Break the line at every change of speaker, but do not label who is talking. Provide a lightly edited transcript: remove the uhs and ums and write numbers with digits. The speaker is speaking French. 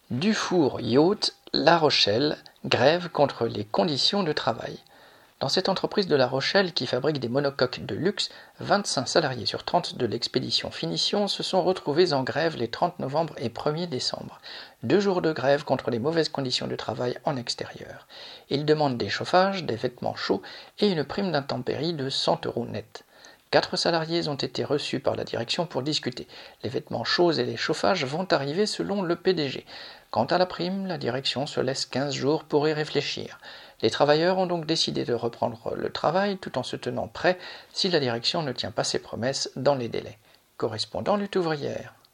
Dufour Yacht, La Rochelle, grève contre les conditions de travail. Dans cette entreprise de La Rochelle qui fabrique des monocoques de luxe, 25 salariés sur 30 de l'expédition Finition se sont retrouvés en grève les 30 novembre et 1er décembre. 2 jours de grève contre les mauvaises conditions de travail en extérieur. Ils demandent des chauffages, des vêtements chauds et une prime d'intempérie de 100 € net. 4 salariés ont été reçus par la direction pour discuter. Les vêtements chauds et les chauffages vont arriver selon le PDG. Quant à la prime, la direction se laisse 15 jours pour y réfléchir. Les travailleurs ont donc décidé de reprendre le travail tout en se tenant prêts si la direction ne tient pas ses promesses dans les délais. Correspondant Lutte ouvrière.